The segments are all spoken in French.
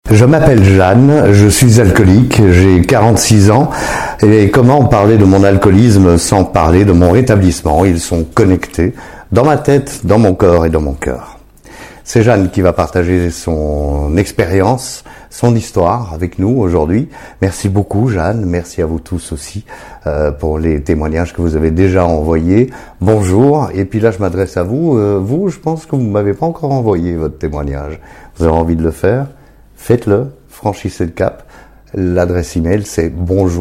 Je m'appelle Jeanne, je suis alcoolique, j'ai 46 ans et comment parler de mon alcoolisme sans parler de mon rétablissement? Ils sont connectés dans ma tête, dans mon corps et dans mon cœur. C'est Jeanne qui va partager son expérience, son histoire avec nous aujourd'hui. Merci beaucoup Jeanne, merci à vous tous aussi pour les témoignages que vous avez déjà envoyés. Bonjour, et puis là je m'adresse à vous. Vous, je pense que vous ne m'avez pas encore envoyé votre témoignage. Vous avez envie de le faire? Faites-le, franchissez le cap. L'adresse email c'est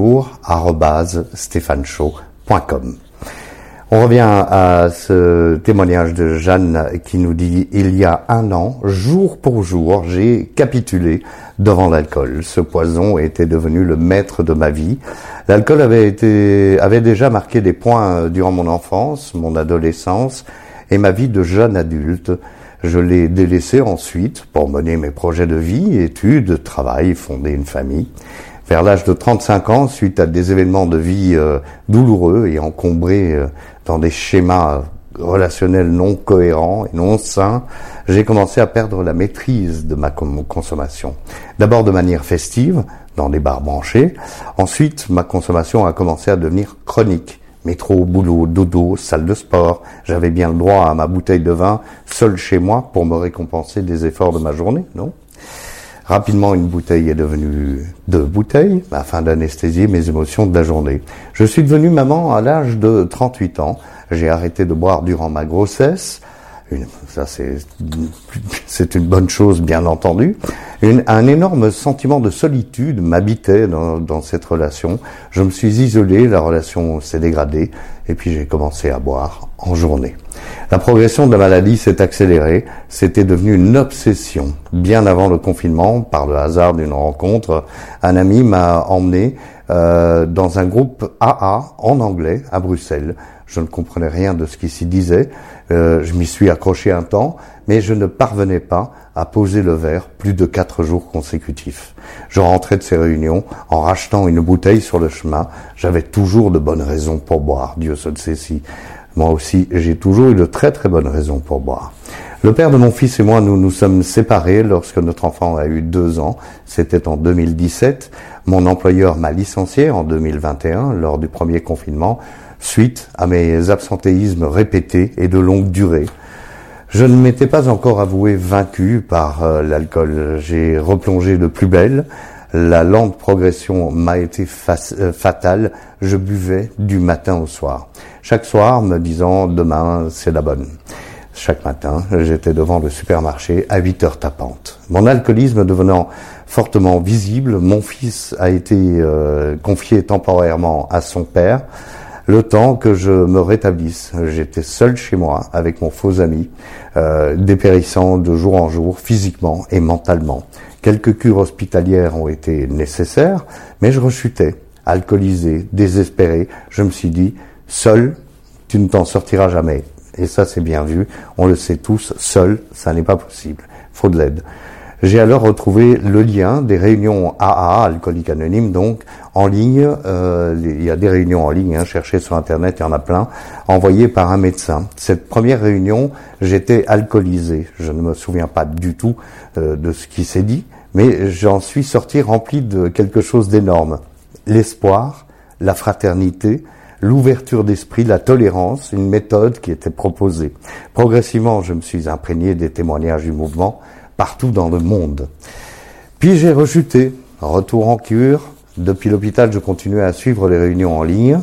bonjour@stéphaneshow.com. On revient à ce témoignage de Jeanne qui nous dit « Il y a un an, jour pour jour, j'ai capitulé devant l'alcool. Ce poison était devenu le maître de ma vie. L'alcool avait déjà marqué des points durant mon enfance, mon adolescence et ma vie de jeune adulte. Je l'ai délaissé ensuite pour mener mes projets de vie, études, travail, fonder une famille. Vers l'âge de 35 ans, suite à des événements de vie douloureux et encombrés dans des schémas relationnels non cohérents et non sains, j'ai commencé à perdre la maîtrise de ma consommation. D'abord de manière festive, dans des bars branchés. Ensuite, ma consommation a commencé à devenir chronique. Métro, boulot, dodo, salle de sport. J'avais bien le droit à ma bouteille de vin, seul chez moi, pour me récompenser des efforts de ma journée, non ? Rapidement, une bouteille est devenue 2 bouteilles, afin d'anesthésier mes émotions de la journée. Je suis devenu maman à l'âge de 38 ans. J'ai arrêté de boire durant ma grossesse. Ça, c'est une bonne chose, bien entendu. Un énorme sentiment de solitude m'habitait dans cette relation. Je me suis isolé, la relation s'est dégradée, et puis j'ai commencé à boire en journée. La progression de la maladie s'est accélérée. C'était devenu une obsession. Bien avant le confinement, par le hasard d'une rencontre, un ami m'a emmené dans un groupe AA en anglais à Bruxelles. Je ne comprenais rien de ce qui s'y disait. Je m'y suis accroché un temps, mais je ne parvenais pas à poser le verre plus de 4 jours consécutifs. Je rentrais de ces réunions en rachetant une bouteille sur le chemin. J'avais toujours de bonnes raisons pour boire, Dieu se le sait si. Moi aussi, j'ai toujours eu de très très bonnes raisons pour boire. Le père de mon fils et moi, nous sommes séparés lorsque notre enfant a eu 2 ans. C'était en 2017. Mon employeur m'a licencié en 2021 lors du premier confinement, suite à mes absentéismes répétés et de longue durée. Je ne m'étais pas encore avoué vaincu par l'alcool. J'ai replongé de plus belle. La lente progression m'a été fatale. Je buvais du matin au soir. Chaque soir, me disant « demain, c'est la bonne ». Chaque matin, j'étais devant le supermarché à 8 heures tapantes. Mon alcoolisme devenant fortement visible, mon fils a été confié temporairement à son père. Le temps que je me rétablisse, j'étais seul chez moi avec mon faux ami, dépérissant de jour en jour, physiquement et mentalement. Quelques cures hospitalières ont été nécessaires, mais je rechutais, alcoolisé, désespéré. Je me suis dit, seul, tu ne t'en sortiras jamais. Et ça, c'est bien vu. On le sait tous, seul, ça n'est pas possible. Faut de l'aide. J'ai alors retrouvé le lien des réunions AA, Alcooliques Anonymes, donc, en ligne. Il y a des réunions en ligne, cherchez sur Internet, il y en a plein, envoyées par un médecin. Cette première réunion, j'étais alcoolisé. Je ne me souviens pas du tout de ce qui s'est dit, mais j'en suis sorti rempli de quelque chose d'énorme. L'espoir, la fraternité, l'ouverture d'esprit, la tolérance, une méthode qui était proposée. Progressivement, je me suis imprégné des témoignages du mouvement partout dans le monde. Puis j'ai rechuté, retour en cure. Depuis l'hôpital, je continuais à suivre les réunions en ligne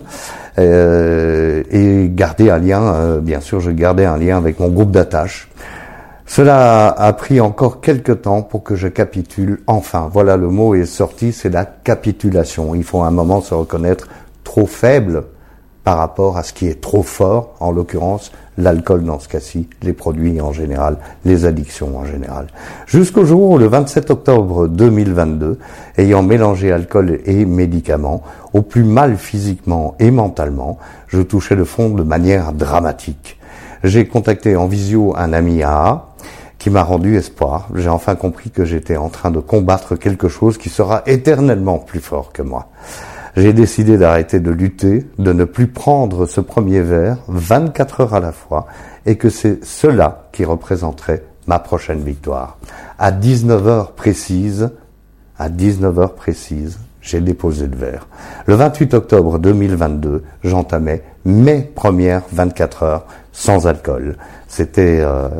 et garder un lien, bien sûr, je gardais un lien avec mon groupe d'attache. Cela a pris encore quelques temps pour que je capitule enfin. Voilà, le mot est sorti, c'est la capitulation. Il faut un moment se reconnaître trop faible par rapport à ce qui est trop fort, en l'occurrence l'alcool dans ce cas-ci, les produits en général, les addictions en général. Jusqu'au jour où, le 27 octobre 2022, ayant mélangé alcool et médicaments, au plus mal physiquement et mentalement, je touchais le fond de manière dramatique. J'ai contacté en visio un ami AA qui m'a rendu espoir. J'ai enfin compris que j'étais en train de combattre quelque chose qui sera éternellement plus fort que moi. J'ai décidé d'arrêter de lutter, de ne plus prendre ce premier verre 24 heures à la fois, et que c'est cela qui représenterait ma prochaine victoire. À 19 heures précises, à 19 heures précises, j'ai déposé le verre. Le 28 octobre 2022, j'entamais mes premières 24 heures sans alcool. C'était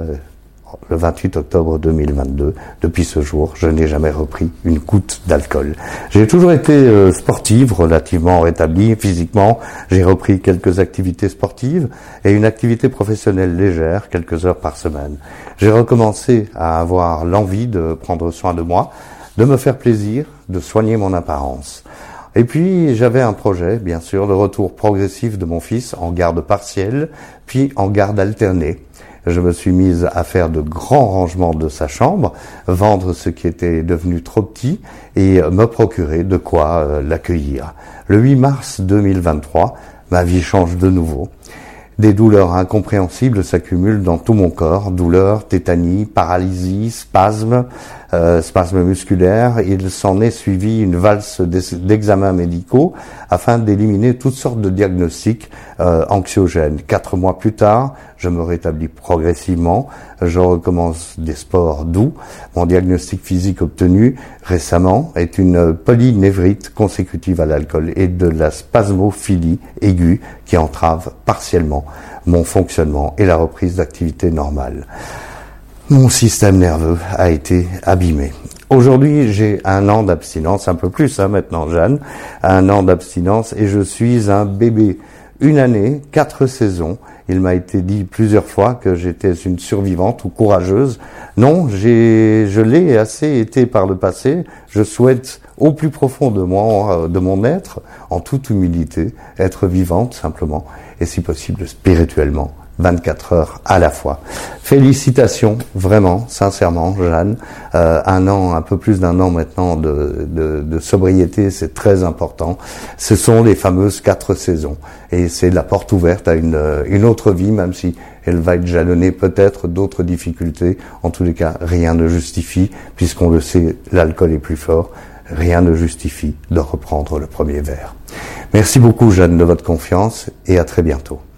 le 28 octobre 2022. Depuis ce jour, je n'ai jamais repris une goutte d'alcool. J'ai toujours été sportive, relativement rétablie physiquement. J'ai repris quelques activités sportives et une activité professionnelle légère, quelques heures par semaine. J'ai recommencé à avoir l'envie de prendre soin de moi, de me faire plaisir, de soigner mon apparence. Et puis, j'avais un projet, bien sûr, le retour progressif de mon fils en garde partielle, puis en garde alternée. Je me suis mise à faire de grands rangements de sa chambre, vendre ce qui était devenu trop petit et me procurer de quoi l'accueillir. Le 8 mars 2023, ma vie change de nouveau. Des douleurs incompréhensibles s'accumulent dans tout mon corps, douleurs, tétanie, paralysie, spasmes musculaires. Il s'en est suivi une valse d'examens médicaux afin d'éliminer toutes sortes de diagnostics anxiogènes. 4 mois plus tard, je me rétablis progressivement, je recommence des sports doux. Mon diagnostic physique obtenu récemment est une polynévrite consécutive à l'alcool et de la spasmophilie aiguë qui entrave partiellement mon fonctionnement et la reprise d'activité normale. Mon système nerveux a été abîmé. Aujourd'hui, j'ai 1 an d'abstinence, un peu plus maintenant, Jeanne, 1 an d'abstinence et je suis un bébé. 1 année, 4 saisons. Il m'a été dit plusieurs fois que j'étais une survivante ou courageuse. Non, je l'ai assez été par le passé. Je souhaite au plus profond de moi, de mon être, en toute humilité, être vivante simplement, et si possible spirituellement. 24 heures à la fois. Félicitations, vraiment, sincèrement, Jeanne. 1 an, un peu plus d'1 an maintenant de sobriété, c'est très important. Ce sont les fameuses 4 saisons. Et c'est la porte ouverte à une autre vie, même si elle va être jalonnée peut-être d'autres difficultés. En tous les cas, rien ne justifie, puisqu'on le sait, l'alcool est plus fort. Rien ne justifie de reprendre le premier verre. Merci beaucoup, Jeanne, de votre confiance et à très bientôt.